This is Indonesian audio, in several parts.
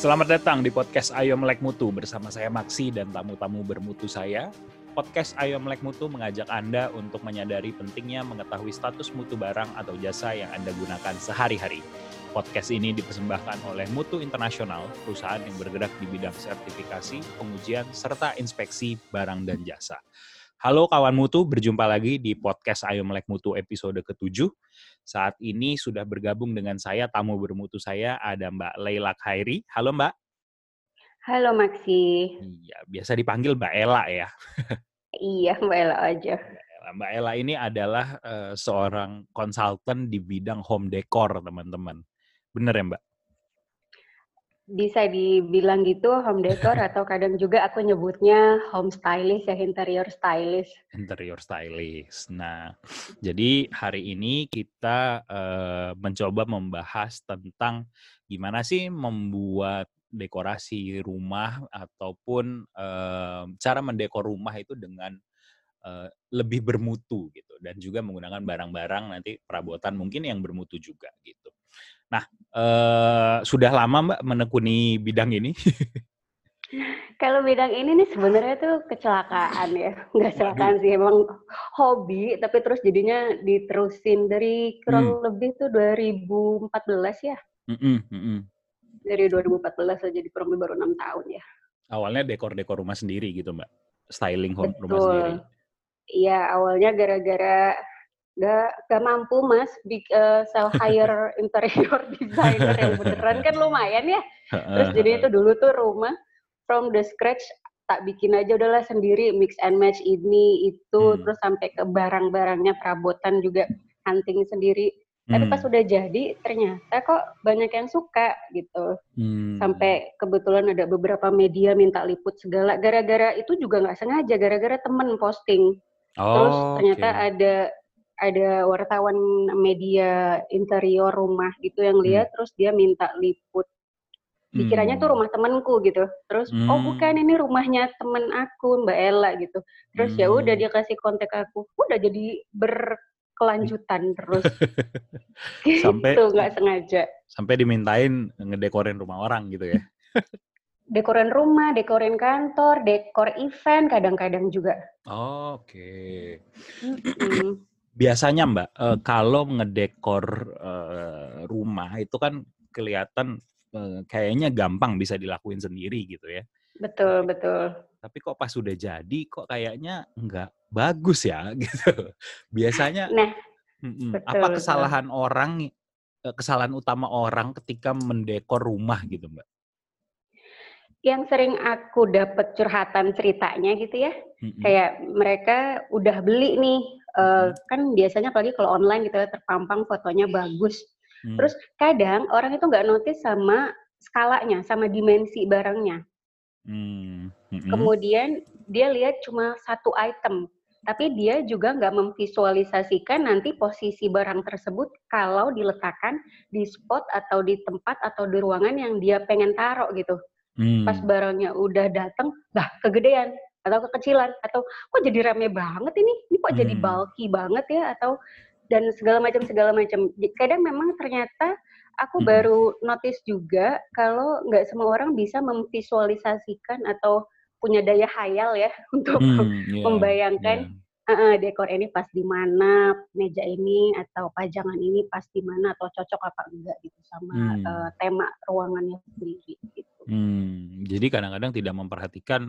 Selamat datang di podcast Ayo Melek Mutu bersama saya Maksi dan tamu-tamu bermutu saya. Podcast Ayo Melek Mutu mengajak Anda untuk menyadari pentingnya mengetahui status mutu barang atau jasa yang Anda gunakan sehari-hari. Podcast ini dipersembahkan oleh Mutu Internasional, perusahaan yang bergerak di bidang sertifikasi, pengujian, serta inspeksi barang dan jasa. Halo kawan mutu, berjumpa lagi di podcast Ayo Melek Mutu episode ke-7. Saat ini sudah bergabung dengan saya, tamu bermutu saya, ada Mbak Leila Khairi. Halo Mbak. Halo Maksi. Iya, biasa dipanggil Mbak Ella ya. Iya, Mbak Ella aja. Mbak Ella ini adalah seorang konsultan di bidang home decor, teman-teman. Bener ya Mbak? Bisa dibilang gitu home decor atau kadang juga aku nyebutnya home stylist ya, interior stylist. Interior stylist. Nah, jadi hari ini kita mencoba membahas tentang gimana sih membuat dekorasi rumah ataupun cara mendekor rumah itu dengan lebih bermutu gitu dan juga menggunakan barang-barang nanti perabotan mungkin yang bermutu juga gitu. Nah, sudah lama Mbak menekuni bidang ini? Kalau bidang ini nih sebenarnya tuh kecelakaan ya. Nggak kecelakaan sih, emang hobi, tapi terus jadinya diterusin dari kurang lebih tuh 2014 ya. Dari 2014 aja, jadi kurang lebih baru 6 tahun ya. Awalnya dekor-dekor rumah sendiri gitu Mbak? Styling rumah Betul. sendiri? Iya, awalnya gara-gara Gak mampu mas hire interior designer yang beneran kan lumayan ya. Terus jadi itu dulu tuh rumah from the scratch, tak bikin aja udahlah sendiri, mix and match ini itu, terus sampai ke barang-barangnya perabotan juga hunting sendiri. Tapi pas udah jadi ternyata kok banyak yang suka gitu. Sampai kebetulan ada beberapa media minta liput segala, gara-gara itu juga nggak sengaja, gara-gara temen posting. Terus ternyata ada wartawan media interior rumah gitu yang lihat, terus dia minta liput. Dikiranya tuh rumah temenku gitu. Terus oh bukan, ini rumahnya temen aku Mbak Ella gitu. Terus ya udah dia kasih kontak aku. Udah jadi berkelanjutan terus. Sampai Gitu, nggak sengaja. Sampai dimintain ngedekorin rumah orang gitu ya. Dekorin rumah, dekorin kantor, dekor event kadang-kadang juga. Oke. Biasanya Mbak, kalau ngedekor rumah itu kan kelihatan kayaknya gampang bisa dilakuin sendiri gitu ya. Betul, betul. Tapi kok pas sudah jadi kok kayaknya nggak bagus ya gitu. Biasanya apa kesalahan orang, kesalahan utama orang ketika mendekor rumah gitu Mbak? Yang sering aku dapat curhatan ceritanya gitu ya, kayak mereka udah beli nih, kan biasanya apalagi kalau online gitu ya, terpampang fotonya bagus. Terus kadang orang itu nggak notice sama skalanya, sama dimensi barangnya. Kemudian dia lihat cuma satu item, tapi dia juga nggak memvisualisasikan nanti posisi barang tersebut kalau diletakkan di spot atau di tempat atau di ruangan yang dia pengen taruh gitu. Pas barangnya udah datang, lah kegedean atau kekecilan atau kok jadi rame banget ini kok jadi bulky banget ya, atau dan segala macam. Kadang memang ternyata aku baru notice juga kalau nggak semua orang bisa memvisualisasikan atau punya daya hayal ya untuk membayangkan dekor ini pas di mana, meja ini atau pajangan ini pas di mana atau cocok apa enggak gitu sama tema ruangannya sendiri gitu. Jadi kadang-kadang tidak memperhatikan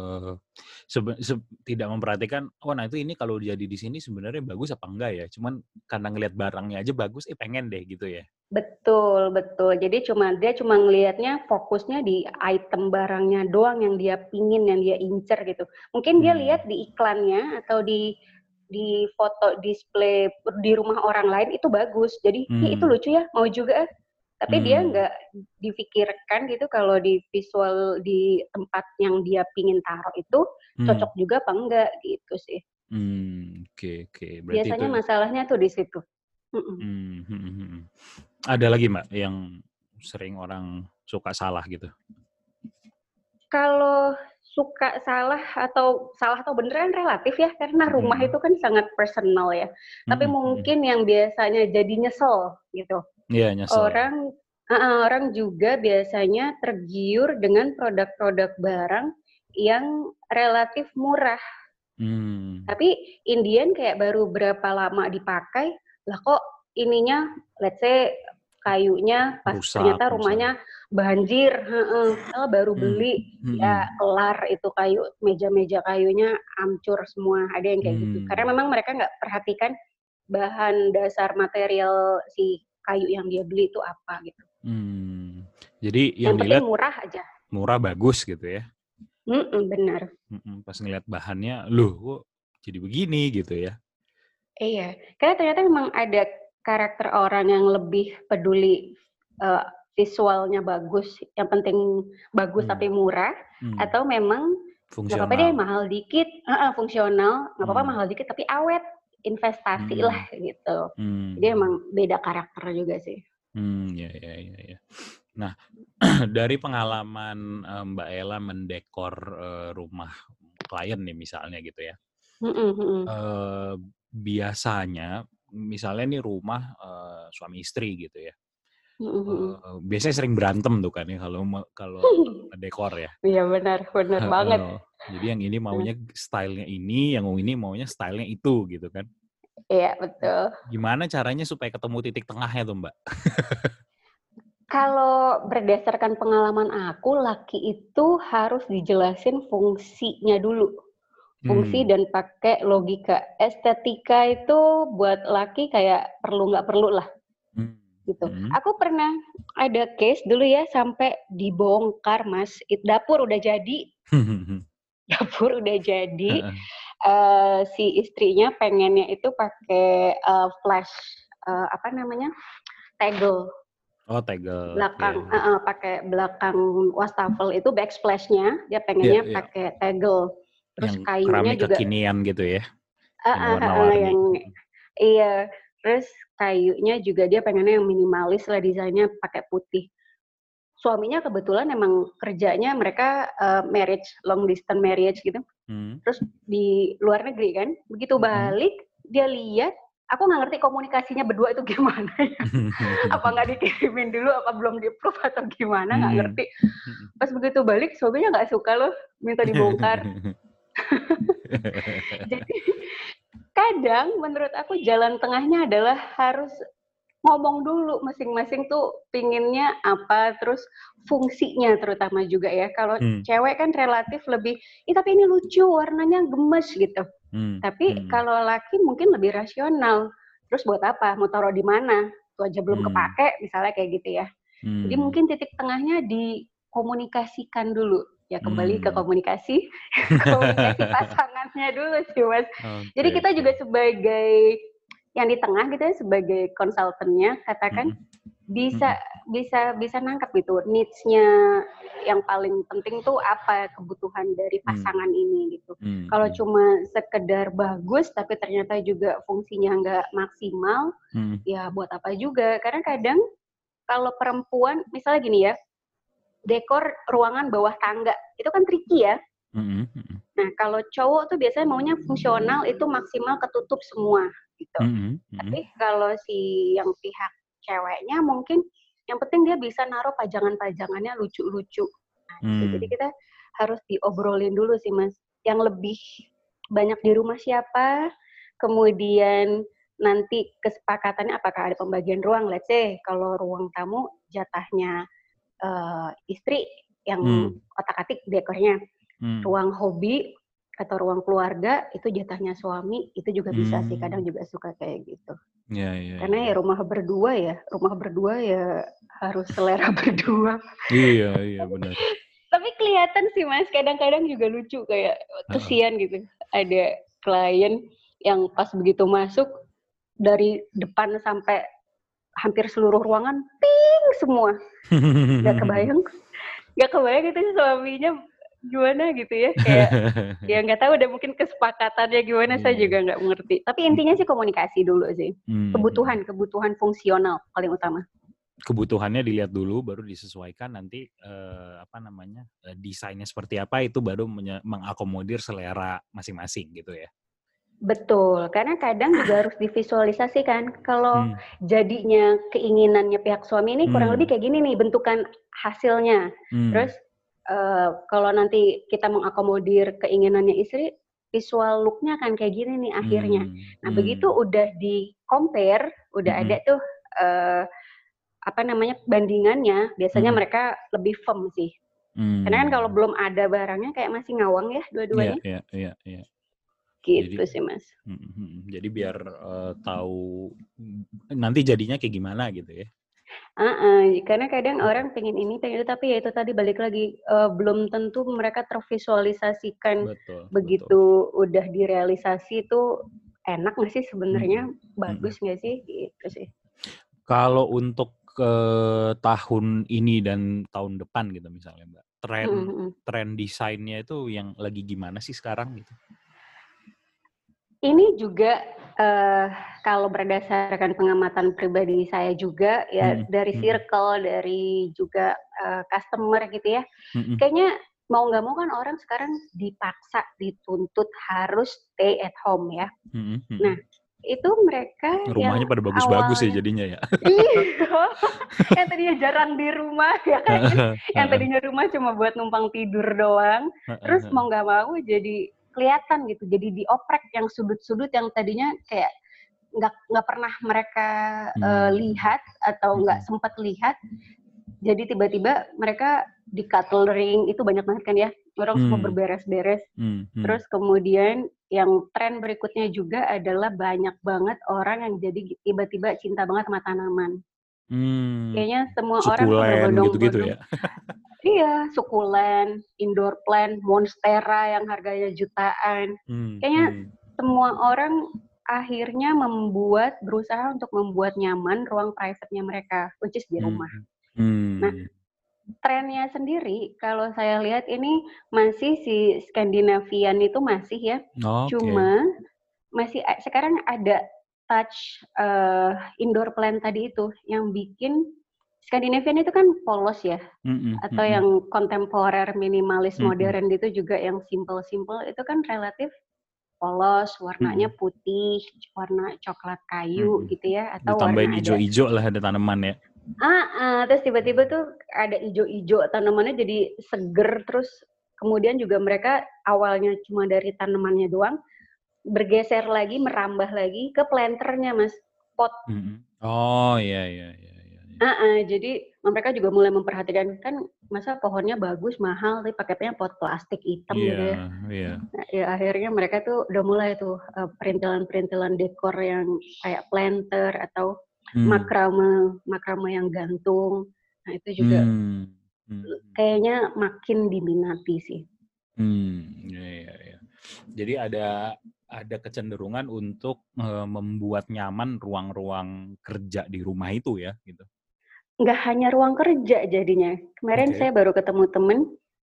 tidak memperhatikan nah itu ini kalau jadi di sini sebenarnya bagus apa enggak ya, cuman karena ngelihat barangnya aja bagus pengen deh gitu ya. Betul. Jadi dia cuma ngelihatnya fokusnya di item barangnya doang yang dia pingin, yang dia incer gitu. Mungkin dia lihat di iklannya atau di foto display di rumah orang lain itu bagus. Jadi itu lucu ya, mau juga. Tapi dia nggak difikirkan gitu kalau di visual di tempat yang dia pingin taruh itu cocok juga apa enggak gitu sih. Oke. Berarti biasanya itu masalahnya tuh di situ. Ada lagi Mbak yang sering orang suka salah gitu? Kalau suka salah atau beneran relatif ya, karena rumah itu kan sangat personal ya. Tapi mungkin yang biasanya jadi nyesel gitu. Iya, nyesel. Orang Orang juga biasanya tergiur dengan produk-produk barang yang relatif murah. Tapi in the end kayak baru berapa lama dipakai, lah kok ininya let's say kayunya pas Rusak ternyata rumahnya banjir, baru beli, ya kelar itu kayu, meja-meja kayunya hancur semua, ada yang kayak gitu. Karena memang mereka nggak perhatikan bahan dasar material si kayu yang dia beli itu apa gitu. Jadi Yang penting dilihat murah aja. murah bagus gitu ya. Benar. Pas ngeliat bahannya, loh kok jadi begini gitu ya. Iya, karena ternyata memang ada karakter orang yang lebih peduli visualnya bagus, yang penting bagus tapi murah, atau memang nggak apa-apa deh mahal dikit, fungsional, nggak apa-apa mahal dikit tapi awet, investasi lah gitu. Jadi emang beda karakter juga sih. Ya. Nah, dari pengalaman Mbak Ella mendekor rumah klien nih misalnya gitu ya. Biasanya, misalnya nih rumah suami istri gitu ya. Biasanya sering berantem tuh kan ya kalau ngedekor ya. Iya benar banget. Jadi yang ini maunya stylenya ini, yang ini maunya stylenya itu gitu kan. Iya betul. Gimana caranya supaya ketemu titik tengahnya tuh Mbak? Kalau berdasarkan pengalaman aku, laki itu harus dijelasin fungsinya dulu. Fungsi dan pakai logika. Estetika itu buat laki kayak perlu nggak perlu lah. Gitu. Aku pernah ada case dulu ya sampai dibongkar Mas. Dapur udah jadi. Dapur udah jadi. Si istrinya pengennya itu pakai flash tegel. Oh, tegel. Belakang, pakai belakang wastafel itu backsplash-nya, dia pengennya pakai tegel. Terus yang kayunya keramik juga kekinian gitu ya, yang warna-warni. Iya, terus kayunya juga dia pengennya yang minimalis lah, desainnya pakai putih. Suaminya kebetulan emang kerjanya mereka long distance marriage gitu. Terus di luar negeri kan, begitu balik dia lihat, aku nggak ngerti komunikasinya berdua itu gimana ya. Apa nggak dikirimin dulu, apa belum di-approve atau gimana, nggak ngerti. Pas begitu balik, suaminya nggak suka loh, minta dibongkar. Jadi kadang menurut aku jalan tengahnya adalah harus ngomong dulu masing-masing tuh pinginnya apa, terus fungsinya terutama juga ya. Kalau cewek kan relatif lebih, tapi ini lucu, warnanya gemes gitu. Tapi kalau laki mungkin lebih rasional. Terus buat apa? Mau taruh di mana? Itu aja belum kepake, misalnya kayak gitu ya. Jadi mungkin titik tengahnya dikomunikasikan dulu. Ya kembali ke komunikasi pasangannya dulu sih Mas. Jadi kita juga sebagai yang di tengah gitu ya, sebagai konsultannya katakan bisa nangkap gitu needs-nya yang paling penting tuh apa kebutuhan dari pasangan ini gitu. Kalau cuma sekedar bagus tapi ternyata juga fungsinya nggak maksimal, ya buat apa juga. Karena kadang kalau perempuan misalnya gini ya, dekor ruangan bawah tangga itu kan tricky ya. Nah kalau cowok tuh biasanya maunya fungsional, itu maksimal ketutup semua gitu. Tapi kalau si yang pihak ceweknya mungkin yang penting dia bisa naruh pajangan-pajangannya lucu-lucu. Nah, jadi kita harus diobrolin dulu sih Mas. Yang lebih banyak di rumah siapa, kemudian nanti kesepakatannya apakah ada pembagian ruang. Let's say kalau ruang tamu jatahnya istri yang otak-atik dekornya. Ruang hobi atau ruang keluarga itu jatahnya suami, itu juga bisa sih, kadang juga suka kayak gitu. Karena ya rumah berdua ya harus selera berdua. Iya benar. Tapi kelihatan sih Mas, kadang-kadang juga lucu kayak kesian gitu. Ada klien yang pas begitu masuk dari depan sampai hampir seluruh ruangan pink semua. Gak kebayang gitu suaminya gimana gitu ya, kayak ya nggak tahu deh, mungkin kesepakatannya gimana, saya juga nggak mengerti. Tapi intinya sih komunikasi dulu sih. Kebutuhan fungsional paling utama. Kebutuhannya dilihat dulu, baru disesuaikan nanti desainnya seperti apa, itu baru mengakomodir selera masing-masing gitu ya. Betul, karena kadang juga harus divisualisasikan. Kalau Hmm. jadinya keinginannya pihak suami ini kurang Hmm. lebih kayak gini nih bentukan hasilnya. Hmm. Terus kalau nanti kita mengakomodir keinginannya istri, visual look-nya akan kayak gini nih akhirnya. Hmm. Nah begitu udah di compare, udah Hmm. ada tuh bandingannya, biasanya Hmm. mereka lebih firm sih. Karena kan kalau Hmm. belum ada barangnya kayak masih ngawang ya Iya, dua-duanya. iya, iya, iya. Jadi, Gitu sih Mas. Jadi biar tahu nanti jadinya kayak gimana gitu ya. Karena kadang orang pengen ini, pengen itu, tapi ya itu tadi balik lagi, belum tentu mereka tervisualisasikan Betul, betul. begitu udah direalisasi itu enak nggak sih sebenarnya, Mm-mm. bagus nggak sih, gitu sih. Kalau untuk tahun ini dan tahun depan gitu misalnya Mbak, tren desainnya itu yang lagi gimana sih sekarang gitu? Ini juga kalau berdasarkan pengamatan pribadi saya juga ya dari circle, dari juga customer gitu ya, kayaknya mau nggak mau kan orang sekarang dipaksa, dituntut harus stay at home ya. Nah itu mereka yang Rumahnya pada bagus-bagus ya awalnya jadinya ya. iya, yang tadinya jarang di rumah ya kan, yang tadinya rumah cuma buat numpang tidur doang, terus mau nggak mau jadi kelihatan gitu, jadi dioprek yang sudut-sudut yang tadinya kayak nggak pernah mereka lihat atau nggak sempat lihat, jadi tiba-tiba mereka di cutlery itu banyak banget kan ya, orang semua berberes-beres. Terus kemudian yang tren berikutnya juga adalah banyak banget orang yang jadi tiba-tiba cinta banget sama tanaman. Kayaknya semua orang tuh Sukulen gitu-gitu berbondong-bondong. ya. Iya, sukulen, indoor plant, monstera yang harganya jutaan. Kayaknya semua orang akhirnya berusaha untuk membuat nyaman ruang private-nya mereka, which is di rumah. Nah, trennya sendiri kalau saya lihat ini masih si Skandinavian itu masih ya, cuma masih sekarang ada touch indoor plant tadi itu yang bikin Skandinavian itu kan polos ya, atau yang kontemporer, minimalis, modern itu juga yang simple-simple itu kan relatif polos, warnanya putih, warna coklat kayu gitu ya, atau Ditambahin warna ada ijo-ijo lah ada tanaman ya. terus tiba-tiba tuh ada ijo-ijo, tanamannya jadi seger, terus kemudian juga mereka awalnya cuma dari tanamannya doang, bergeser lagi, merambah lagi ke planternya Mas, pot. Oh iya. Jadi mereka juga mulai memperhatikan, kan masa pohonnya bagus, mahal, tapi pakainya pot plastik hitam gitu ya. Iya. Nah, ya akhirnya mereka tuh udah mulai tuh perintilan-perintilan dekor yang kayak planter atau makrame yang gantung. Nah itu juga kayaknya makin diminati sih. Iya. Jadi ada kecenderungan untuk membuat nyaman ruang-ruang kerja di rumah itu ya gitu. Nggak hanya ruang kerja jadinya. Kemarin saya baru ketemu temen,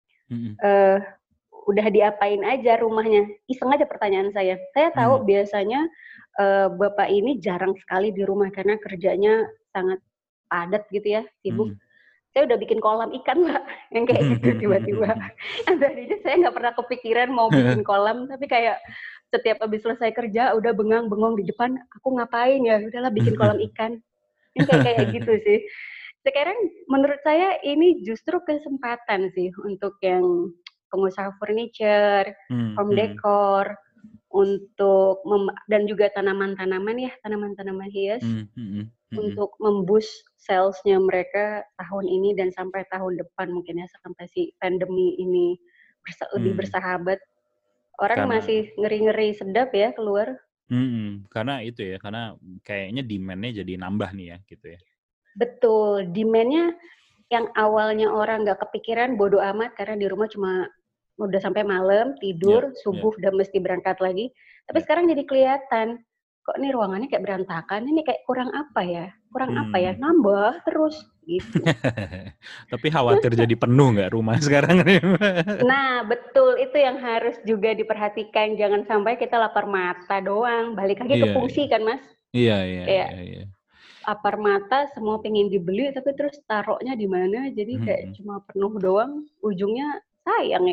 udah diapain aja rumahnya. Iseng aja pertanyaan saya. Saya tahu biasanya Bapak ini jarang sekali di rumah karena kerjanya sangat padat gitu ya, sibuk. Saya udah bikin kolam ikan Mbak, yang kayak gitu tiba-tiba. Tadinya saya nggak pernah kepikiran mau bikin kolam, tapi kayak setiap habis selesai kerja udah bengong di depan, aku ngapain ya? Udahlah bikin kolam ikan. Yang kayak gitu sih. Sekarang menurut saya ini justru kesempatan sih untuk yang pengusaha furniture, home decor, untuk dan juga tanaman-tanaman ya, tanaman-tanaman hias, untuk memboost sales-nya mereka tahun ini dan sampai tahun depan mungkin ya, sampai si pandemi ini lebih bersahabat. Orang masih ngeri-ngeri sedap ya keluar. Karena itu ya, karena kayaknya demand-nya jadi nambah nih ya gitu ya. Betul, demand-nya yang awalnya orang nggak kepikiran, bodo amat karena di rumah cuma udah sampai malam, tidur, subuh udah mesti berangkat lagi. Tapi sekarang jadi kelihatan, kok nih ruangannya kayak berantakan, ini kayak kurang apa ya, nambah terus gitu. Tapi khawatir jadi penuh nggak rumah sekarang? Nah betul, itu yang harus juga diperhatikan, jangan sampai kita lapar mata doang, balik lagi ke fungsi kan Mas. Iya. Lapar mata, semua pengen dibeli, tapi terus taruhnya di mana, jadi kayak cuma penuh doang, ujungnya sayang ya.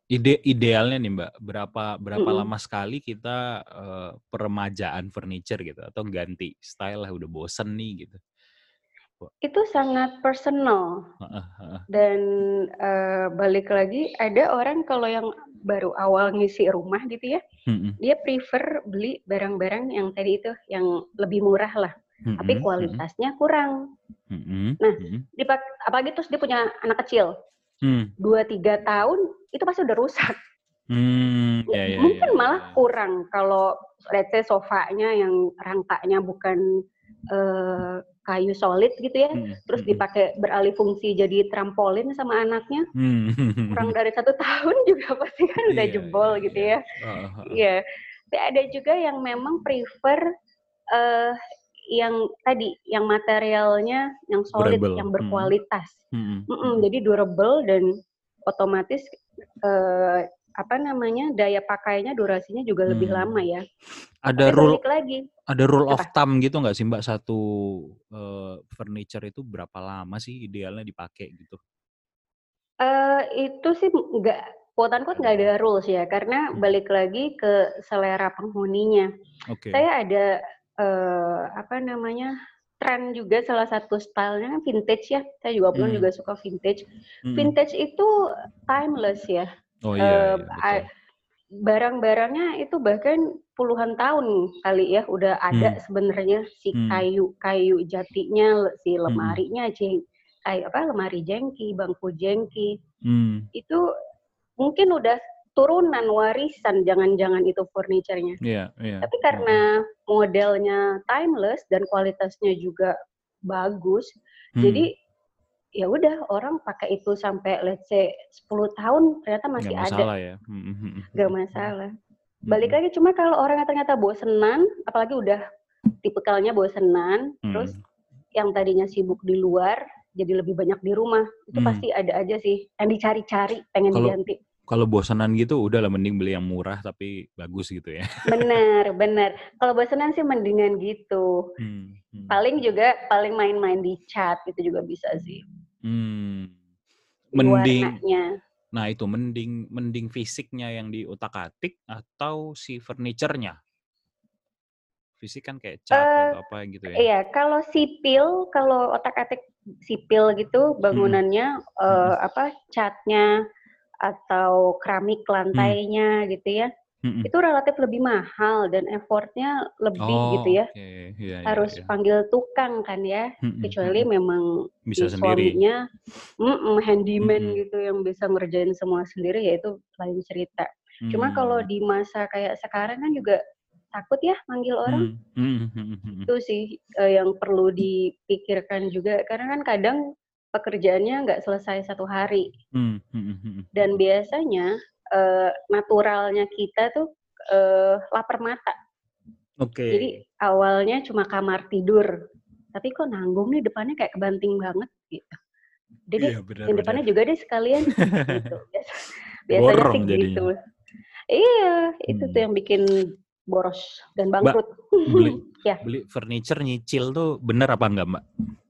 Idealnya nih Mbak, berapa Mm-mm. lama sekali kita peremajaan furniture gitu atau ganti style lah udah bosen nih gitu. Itu sangat personal. Heeh, heeh. Dan balik lagi, ada orang kalau yang baru awal ngisi rumah gitu ya, Mm-mm. dia prefer beli barang-barang yang tadi itu, yang lebih murah lah, tapi Mm-mm, mm-mm, kualitasnya kurang. mm-mm, Nah, mm-mm. apalagi terus dia punya anak kecil, Hmm. 2-3 tahun, itu pasti udah rusak. Ya, ya, ya, Mungkin ya, malah ya. kurang kalau let's say sofanya yang rangkanya bukan kayu solid gitu ya, Mm-mm, terus mm-mm. dipakai beralih fungsi jadi trampolin sama anaknya, kurang dari 1 tahun juga pasti kan udah Iya, jebol iya, gitu iya. ya. Heeh, heeh. Iya. Tapi ada juga yang memang prefer eh, yang tadi, yang materialnya yang solid, Durable. yang Mm-mm, berkualitas. mm-mm, mm-mm. Jadi durable dan otomatis apa namanya, daya pakainya, durasinya juga lebih lama ya. Ada Tapi rule balik lagi, of apa? thumb gitu nggak sih Mbak, satu furniture itu berapa lama sih idealnya dipakai gitu? Itu sih nggak, quote unquote nggak Ada ada ya? rules ya, karena Mm. balik lagi ke selera penghuninya. Oke. Saya ada apa namanya, tren juga, salah satu stylenya kan vintage ya. Saya juga belum Mm. juga suka vintage. Mm-mm. Vintage itu timeless ya. Oh iya, iya betul. A- Barang-barangnya itu bahkan puluhan tahun kali ya udah ada Hmm. sebenarnya, si Hmm. kayu jatinya, si Mm-mm. lemarinya, kayak apa, lemari jengki, bangku jengki, Hmm. itu mungkin udah turunan warisan, jangan-jangan itu furniturnya. Iya, iya. Tapi Heeh. karena modelnya timeless dan kualitasnya juga bagus, Hmm. jadi ya udah orang pakai itu sampai let's say 10 tahun ternyata Nggak masih ada, masalah ya. Mm-mm, mm-mm, gak mm-mm, masalah. Balik mm-mm, lagi, cuma kalau orang yang ternyata bosenan, apalagi udah tipikalnya bosenan, terus mm-mm. yang tadinya sibuk di luar jadi lebih banyak di rumah, itu Hmm. pasti ada aja sih yang dicari-cari pengen Kalau diganti. kalau bosanan gitu udah lah, mending beli yang murah tapi bagus gitu ya. Bener. Kalau bosenan sih mendingan gitu. Hmm. Hmm. Paling main-main di cat itu juga bisa sih. Hmm. Di Mending, warnanya. nah itu mending fisiknya yang diutak-atik atau si furniture-nya. Fisik kan kayak cat Eh atau apa gitu ya. iya, kalau sipil, kalau otak-atik sipil gitu Mm-mm, bangunannya, mm-mm, apa, catnya atau keramik mm, lantainya gitu ya, mm-mm. itu relatif lebih mahal dan effortnya lebih gitu Oh, ya. oke. Iya, iya, Harus iya. panggil tukang kan ya, Mm-mm, kecuali mm-mm. memang Bisa si sendiri. suaminya handyman Mm-mm, gitu yang bisa ngerjain semua sendiri, ya itu lain cerita. Cuma kalau mm, di masa kayak sekarang kan juga takut ya manggil orang, mm, mm, mm, mm, itu sih yang perlu dipikirkan juga, karena kan kadang pekerjaannya nggak selesai 1 hari. mm, mm, mm, Dan mm. biasanya naturalnya kita tuh lapar mata. Oke. Jadi awalnya cuma kamar tidur, tapi kok nanggung nih depannya kayak kebanting banget gitu. Udah deh, Iya, yang benar-benar. depannya juga deh sekalian gitu. Biasanya sih Borong jadinya. gitu. Iya, itu tuh Hmm. yang bikin boros dan Mbak, bangkrut. beli Ya, beli furniture nyicil tuh bener apa enggak, Mbak?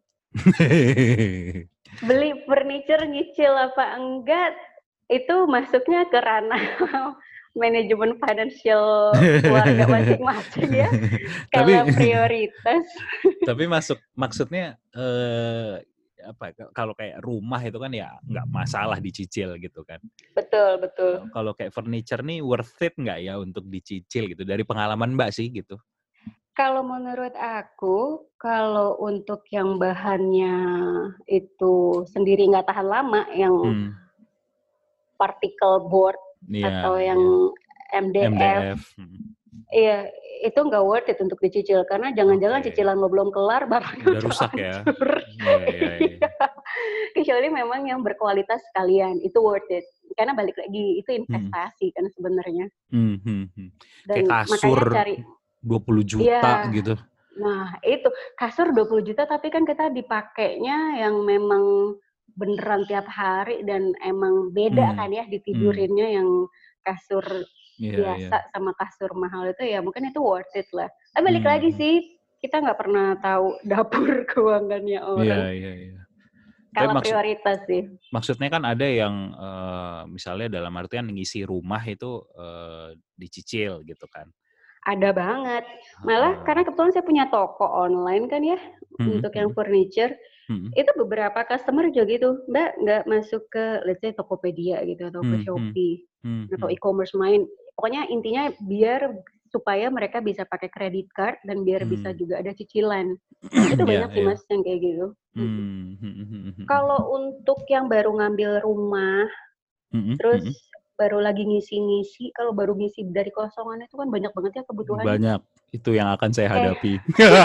beli furniture nyicil apa enggak, itu masuknya ke ranah manajemen financial keluarga masing-masing ya. Tapi Skala prioritas. tapi maksudnya apa, kalau kayak rumah itu kan ya nggak masalah dicicil gitu kan. Betul, betul. Kalau kayak furniture nih worth it nggak ya untuk dicicil gitu, dari pengalaman Mbak sih gitu? Kalau menurut aku, kalau untuk yang bahannya itu sendiri nggak tahan lama, yang Hmm. particle board Iya, atau yang iya. MDF, MDF. iya, itu nggak worth it untuk dicicil, karena jangan-jangan Oke. cicilan lo belum kelar, barangnya Udah udah rusak ya. hancur. Iya, iya, iya. Iya. Kecuali memang yang berkualitas sekalian, itu worth it. Karena balik lagi, itu Hmm. investasi kan sebenarnya. Hmm, hmm, hmm. Kayak Dan makanya kasur cari, 20 juta iya, gitu. nah itu, kasur 20 juta tapi kan kita dipakainya yang memang beneran tiap hari dan emang beda Hmm. kan ya Hmm. ditidurinnya, yang kasur Iya, iya. biasa sama kasur mahal itu ya mungkin itu worth it lah. Tapi balik lagi Hmm. sih, kita nggak pernah tahu dapur keuangannya Iya, orang. iya, iya. Skala prioritas sih. Maksudnya kan ada yang misalnya dalam artian ngisi rumah itu dicicil gitu kan. Ada banget. Malah karena kebetulan saya punya toko online kan ya, untuk yang furniture. Itu beberapa customer juga gitu, Mbak nggak masuk ke let's say Tokopedia gitu atau ke Shopee atau e-commerce main. Pokoknya intinya biar supaya mereka bisa pakai credit card dan biar bisa juga ada cicilan. Itu banyak sih Mas yang kayak gitu. Kalau untuk yang baru ngambil rumah, terus baru lagi ngisi-ngisi, kalau baru ngisi dari kosongan itu kan banyak banget ya kebutuhannya. Banyak, itu yang akan saya hadapi.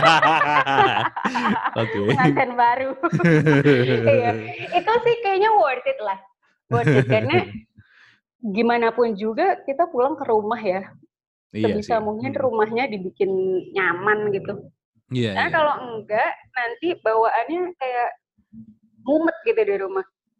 Oke. Pengantin baru. Iya, itu sih kayaknya worth it lah. Worth it, karena gimana pun juga kita pulang ke rumah ya. Sebisa mungkin rumahnya dibikin nyaman gitu. Karena kalau enggak, nanti bawaannya kayak mumet gitu di rumah.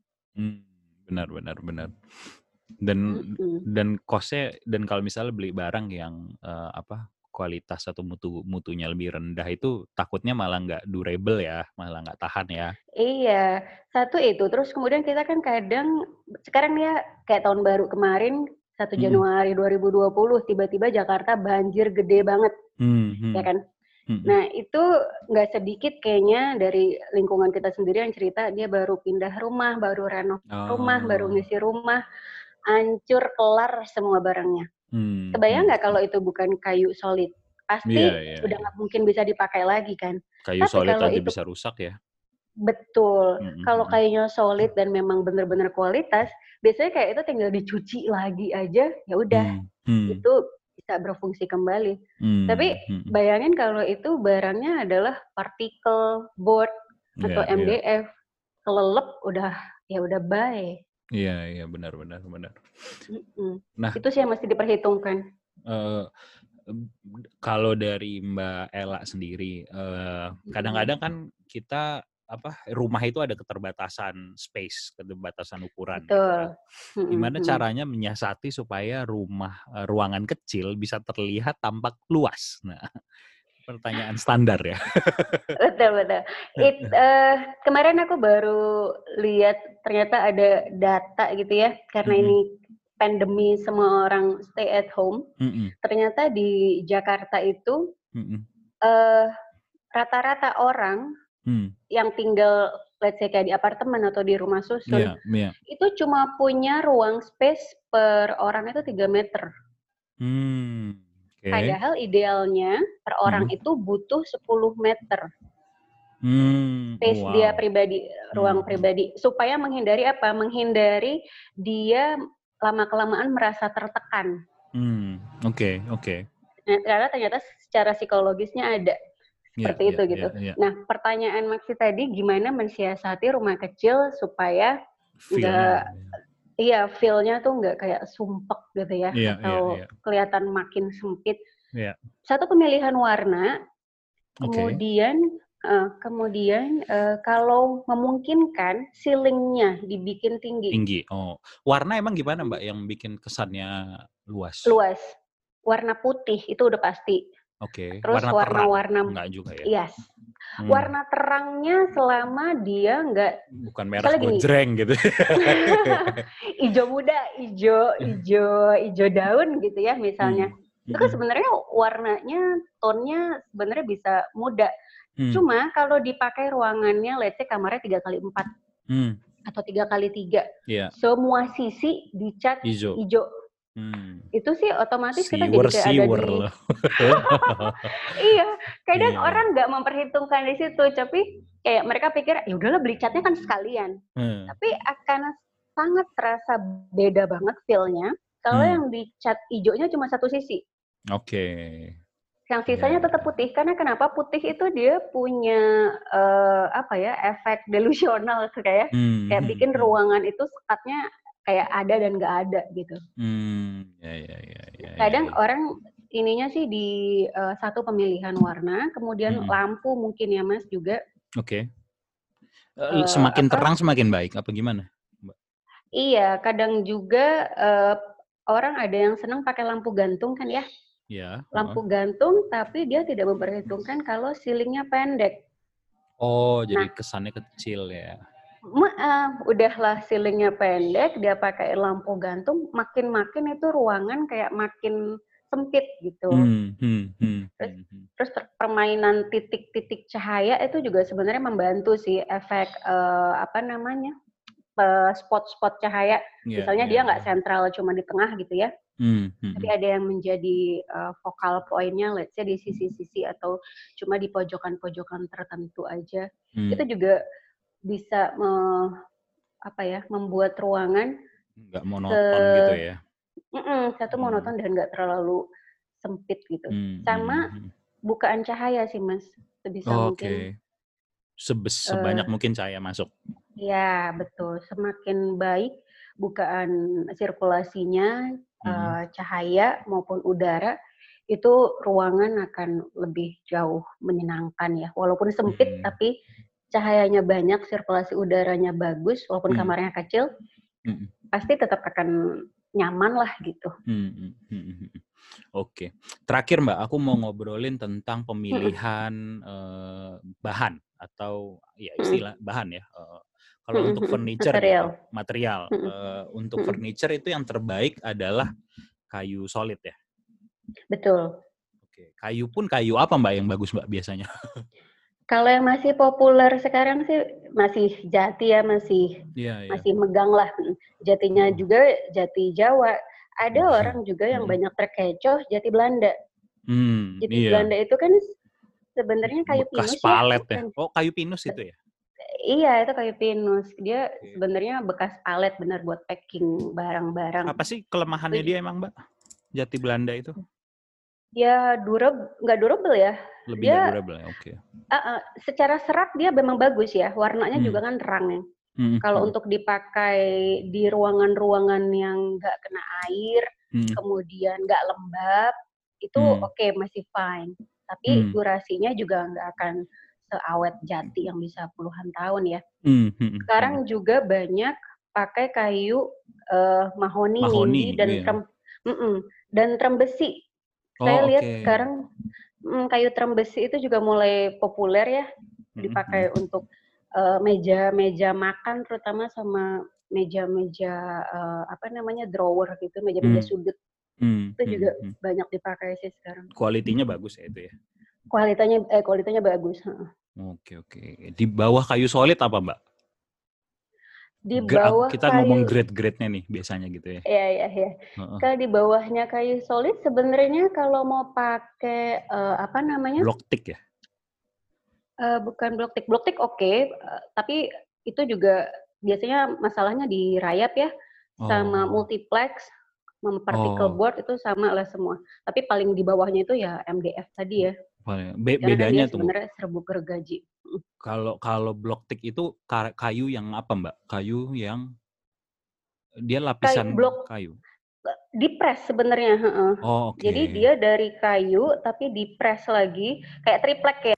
Benar. Dan cost-nya, dan kalau misalnya beli barang yang kualitas atau mutunya lebih rendah itu takutnya malah nggak durable ya, malah nggak tahan ya. Iya, satu itu. Terus kemudian kita kan kadang sekarang ya kayak tahun baru kemarin 1 Januari 2020 tiba-tiba Jakarta banjir gede banget, ya kan? Nah itu nggak sedikit kayaknya dari lingkungan kita sendiri yang cerita dia baru pindah rumah, baru renov rumah, baru ngisi rumah, hancur kelar semua barangnya. Kebayang nggak kalau itu bukan kayu solid? Pasti udah nggak mungkin bisa dipakai lagi kan. Kayu tapi solid kalau aja itu bisa rusak ya. Betul. Kalau kayunya solid dan memang benar-benar kualitas, biasanya kayak itu tinggal dicuci lagi aja, ya udah itu bisa berfungsi kembali. Tapi bayangin kalau itu barangnya adalah partikel board atau MDF, kelelep udah bye. Iya benar. Nah itu sih yang mesti diperhitungkan. Kalau dari Mbak Ella sendiri, kadang-kadang kan kita rumah itu ada keterbatasan space, keterbatasan ukuran. Betul. Gitu. Gimana caranya menyiasati supaya ruangan kecil bisa terlihat tampak luas? Nah, pertanyaan standar ya. Betul. Kemarin aku baru lihat ternyata ada data gitu ya, karena ini pandemi semua orang stay at home. Ternyata di Jakarta itu rata-rata orang yang tinggal let's say kayak di apartemen atau di rumah susun itu cuma punya ruang space per orang itu 3 meter. Padahal idealnya per orang itu butuh 10 meter. Space dia pribadi, ruang pribadi, supaya menghindari apa? Menghindari dia lama-kelamaan merasa tertekan. Oke. Nah, karena ternyata secara psikologisnya ada seperti itu gitu. Nah, pertanyaan Maxi tadi gimana mensiasati rumah kecil supaya feel-nya tuh nggak kayak sumpek gitu ya, atau kelihatan makin sempit. Satu, pemilihan warna, kemudian kalau memungkinkan ceilingnya dibikin tinggi. Warna emang gimana Mbak yang bikin kesannya luas? Warna putih itu udah pasti. Terus warna-warna enggak juga ya? Yes. Warna terangnya selama dia nggak bukan merah gojreng gitu. Ijo muda, ijo daun gitu ya misalnya. Itu kan sebenarnya warnanya, tone-nya sebenarnya bisa muda. Cuma kalau dipakai ruangannya, let's say kamarnya 3x4 atau 3x3, semua sisi dicat hijau. Itu sih otomatis kita jadi kayak ada di iya, kadang orang nggak memperhitungkan di situ, tapi kayak mereka pikir ya udahlah beli catnya kan sekalian. Tapi akan sangat terasa beda banget feel-nya kalau yang dicat hijaunya cuma satu sisi. Yang sisanya tetap putih, karena kenapa? Putih itu dia punya efek delusional kayak bikin ruangan itu sekatnya kayak ada dan nggak ada gitu. Kadang orang ininya sih di satu pemilihan warna, kemudian lampu mungkin ya Mas juga. Semakin terang semakin baik apa gimana? Iya, kadang juga orang ada yang senang pakai lampu gantung kan ya. Lampu gantung tapi dia tidak memperhitungkan kalau ceilingnya pendek. Jadi kesannya kecil ya. Udahlah ceilingnya pendek, dia pakai lampu gantung, makin itu ruangan kayak makin sempit gitu. Terus permainan titik-titik cahaya itu juga sebenarnya membantu sih efek spot-spot cahaya. Misalnya dia nggak sentral cuma di tengah gitu ya. Tapi ada yang menjadi focal point-nya, let's say di sisi-sisi atau cuma di pojokan-pojokan tertentu aja. Itu juga bisa membuat ruangan nggak monoton gitu ya. Satu monoton dan nggak terlalu sempit gitu. Sama bukaan cahaya sih Mas, sebisa mungkin. Sebanyak mungkin cahaya masuk. Ya betul, semakin baik bukaan sirkulasinya, cahaya maupun udara, itu ruangan akan lebih jauh menyenangkan ya. Walaupun sempit tapi cahayanya banyak, sirkulasi udaranya bagus, walaupun kamarnya kecil, pasti tetap akan nyaman lah gitu. Oke. Terakhir Mbak, aku mau ngobrolin tentang pemilihan bahan atau ya istilah bahan ya. Kalau untuk furniture material. Untuk furniture itu yang terbaik adalah kayu solid ya. Betul. Oke. Kayu pun kayu apa Mbak yang bagus Mbak biasanya? Kalau yang masih populer sekarang sih masih jati ya, masih megang lah. Jatinya juga jati Jawa. Ada orang juga yang banyak terkecoh jati Belanda. Jati Belanda itu kan sebenarnya kayu bekas pinus palet ya. Oh, kayu pinus itu ya? Iya, itu kayu pinus. Dia sebenarnya bekas palet, benar buat packing barang-barang. Apa sih kelemahannya dia emang Mbak? Jati Belanda itu? Dia nggak durable ya. Lebih nggak durable ya, oke. Secara serat dia memang bagus ya, warnanya juga kan terang ya. Kalau untuk dipakai di ruangan-ruangan yang nggak kena air, kemudian nggak lembab, itu oke, masih fine. Tapi durasinya juga nggak akan seawet jati yang bisa puluhan tahun ya. Sekarang juga banyak pakai kayu mahoni nindi dan trem besi. Saya lihat sekarang kayu trem besi itu juga mulai populer ya, dipakai untuk meja-meja makan, terutama sama meja-meja drawer gitu, meja-meja sudut. Itu juga banyak dipakai sih sekarang. Kualitinya bagus ya itu ya? Kualitasnya bagus. Oke. Di bawah kayu solid apa Mbak? Di bawah kita ngomong grade-grade-nya nih biasanya gitu ya. Iya. Kalau di bawahnya kayu solid sebenarnya kalau mau pakai block thick ya? Bukan block thick oke, tapi itu juga biasanya masalahnya di rayap ya, sama multiplex, particle board itu sama lah semua. Tapi paling di bawahnya itu ya MDF tadi ya. Bedanya tuh sebenarnya serbuk gergaji. Kalau block thick itu kayu yang apa Mbak? Kayu yang dia lapisan kayu. Dipres sebenarnya. Jadi dia dari kayu tapi dipres lagi kayak triplek ya.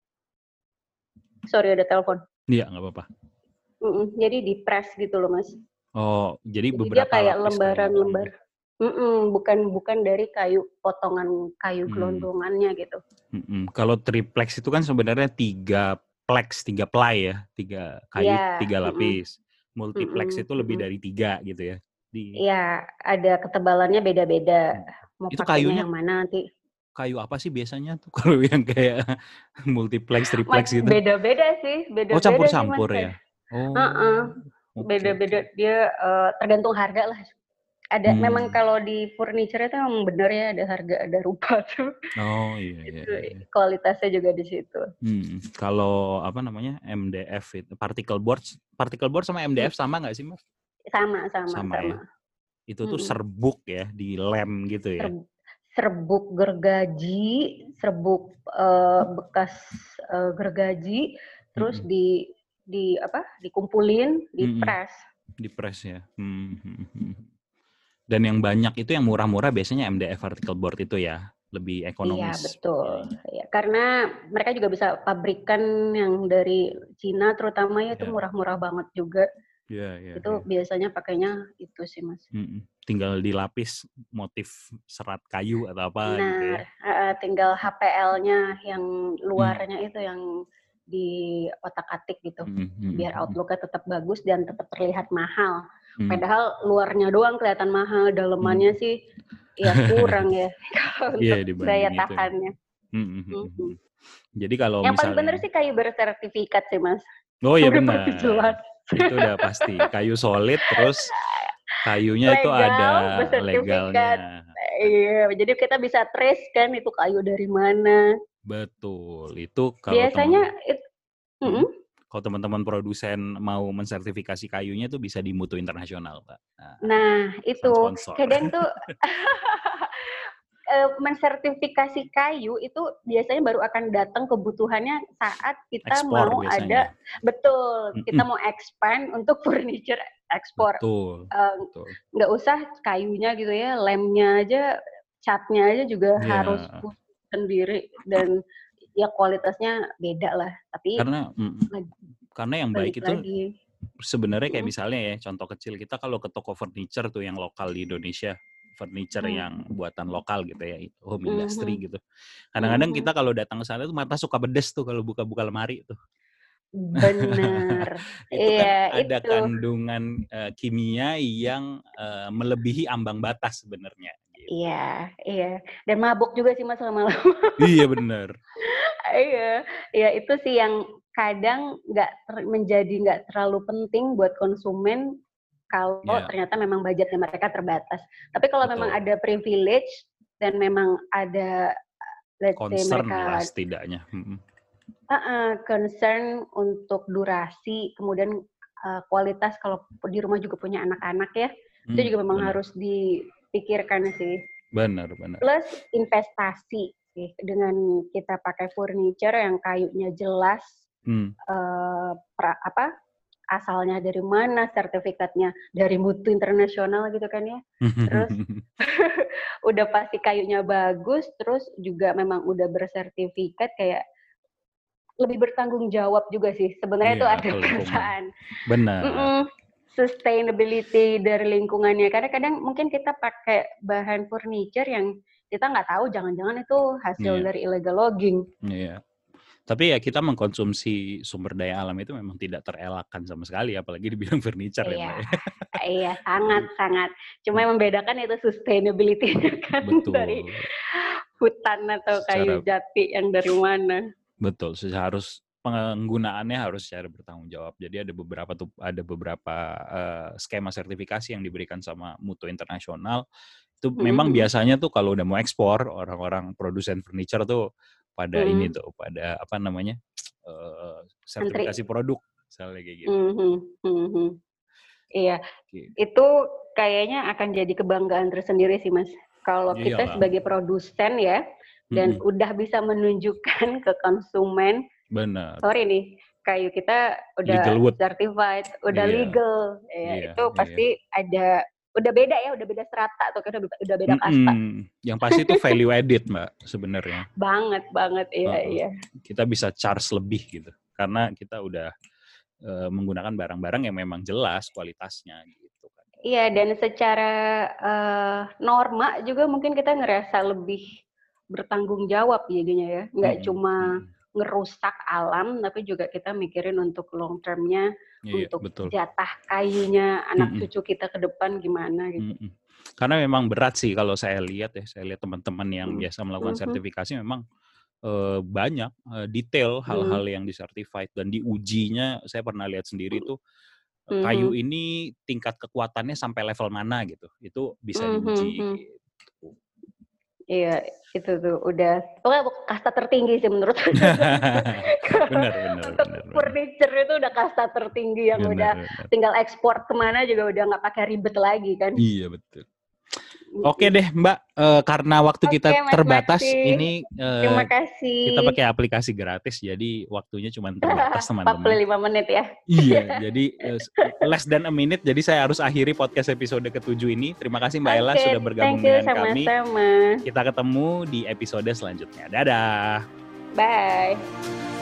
Sorry ada telepon. Iya nggak apa-apa. Jadi dipres gitu loh Mas. Jadi dia beberapa kayak lapis lembaran-lembar. Bukan dari kayu potongan kayu gelondongannya gitu. Kalau triplex itu kan sebenarnya 3 ply ya, 3 kayu, 3 lapis. Multiplex itu lebih dari 3 gitu ya. Iya, ada ketebalannya beda-beda. Mau itu pakainya yang mana nanti? Kayu apa sih biasanya tuh kalau yang kayak multiplex, triplex gitu? Beda-beda sih, campur-campur ya. Beda-beda. Dia tergantung harga lah. Ada memang kalau di furniture itu memang benar ya, ada harga, ada rupa tuh. Iya. Kualitasnya juga di situ. Kalau MDF itu particle board sama MDF sama nggak sih Mas? Sama. Ya? Itu tuh serbuk ya, di lem gitu ya. Serbuk gergaji, serbuk bekas gergaji, terus dikumpulin, dipres. Dipres ya. Dan yang banyak itu yang murah-murah biasanya MDF particle board itu ya, lebih ekonomis. Iya betul. Ya, karena mereka juga bisa pabrikan yang dari Cina terutama ya itu murah-murah banget juga. Itu biasanya pakainya itu sih Mas. Tinggal dilapis motif serat kayu atau apa gitu ya. Tinggal HPL-nya yang luarnya itu yang di otak-atik gitu, biar outlook-nya tetap bagus dan tetap terlihat mahal. Padahal luarnya doang kelihatan mahal, dalemannya sih ya kurang ya untuk daya tahannya. Jadi kalau yang misalnya paling bener sih kayu bersertifikat sih Mas. Oh iya benar. Jelas. Itu udah pasti. Kayu solid, terus kayunya itu ada legalnya. Iya, jadi kita bisa trace kan itu kayu dari mana. Betul. Itu kalau biasanya kalau teman-teman produsen mau mensertifikasi kayunya tuh bisa di Mutu Internasional, Pak. Nah itu kadang tuh mensertifikasi kayu itu biasanya baru akan datang kebutuhannya saat kita ekspor mau biasanya. Kita mau expand untuk furniture ekspor. Nggak usah kayunya gitu ya, lemnya aja, catnya aja juga harus sendiri dan ya kualitasnya beda lah. Tapi karena yang baik itu sebenarnya kayak misalnya ya contoh kecil, kita kalau ke toko furniture tuh yang lokal di Indonesia, furniture yang buatan lokal gitu ya, home industry gitu. Kadang-kadang kita kalau datang ke sana tuh mata suka bedes tuh kalau buka-buka lemari tuh. Benar. Itu kan ada kandungan kimia yang melebihi ambang batas sebenarnya. Gitu. Iya. Dan mabuk juga sih Mas lama-lama. Iya benar. Iya itu sih yang kadang nggak terlalu penting buat konsumen kalau ternyata memang budgetnya mereka terbatas. Tapi kalau memang ada privilege dan memang ada concern lah setidaknya. Concern untuk durasi, kemudian kualitas kalau di rumah juga punya anak-anak ya, itu juga memang harus dipikirkan sih. Benar. Plus investasi sih dengan kita pakai furniture yang kayunya jelas, asalnya dari mana, sertifikatnya dari Mutu Internasional gitu kan ya. Terus udah pasti kayunya bagus, terus juga memang udah bersertifikat, kayak lebih bertanggung jawab juga sih. Sebenarnya itu ada perasaan. Benar. Sustainability dari lingkungannya. Karena kadang mungkin kita pakai bahan furniture yang kita nggak tahu, jangan-jangan itu hasil dari illegal logging. Iya. Tapi ya kita mengkonsumsi sumber daya alam itu memang tidak terelakkan sama sekali, apalagi di bidang furniture ya. Iya, sangat. Cuma yang membedakan itu sustainability-nya kan dari hutan atau kayu jati yang dari mana. Betul, penggunaannya harus secara bertanggung jawab. Jadi ada beberapa skema sertifikasi yang diberikan sama Mutu Internasional. Itu memang biasanya tuh kalau udah mau ekspor, orang-orang produsen furniture tuh pada pada sertifikasi produk, misalnya kayak gitu. Iya, itu kayaknya akan jadi kebanggaan tersendiri sih Mas. Kalau kita sebagai produsen ya, dan udah bisa menunjukkan ke konsumen, sorry nih, kayu kita udah certified, udah legal, itu pasti udah beda strata atau udah beda kasta. Yang pasti itu value added Mbak sebenarnya. Banget, iya. Kita bisa charge lebih gitu, karena kita udah menggunakan barang-barang yang memang jelas kualitasnya gitu kan. Iya, dan secara norma juga mungkin kita ngerasa lebih bertanggung jawab jadinya ya, nggak cuma ngerusak alam, tapi juga kita mikirin untuk long term-nya, untuk jatah kayunya anak cucu kita ke depan gimana gitu. Karena memang berat sih kalau saya lihat teman-teman yang biasa melakukan sertifikasi memang banyak detail hal-hal yang disertified dan diujinya. Saya pernah lihat sendiri tuh kayu ini tingkat kekuatannya sampai level mana gitu, itu bisa diuji gitu. Iya, itu tuh udah kasta tertinggi sih menurut saya. Benar. Untuk furniture itu udah kasta tertinggi yang benar. Tinggal ekspor kemana juga udah nggak pakai ribet lagi kan. Iya betul. Oke deh Mbak, karena waktu kita terbatas, ini terima kasih. Kita pakai aplikasi gratis, jadi waktunya cuma terbatas teman-teman. 45 menit ya. Iya, jadi less than a minute, jadi saya harus akhiri podcast episode ke-7 ini. Terima kasih Mbak Ella sudah bergabung dengan kami. Sama-sama. Kita ketemu di episode selanjutnya. Dadah. Bye.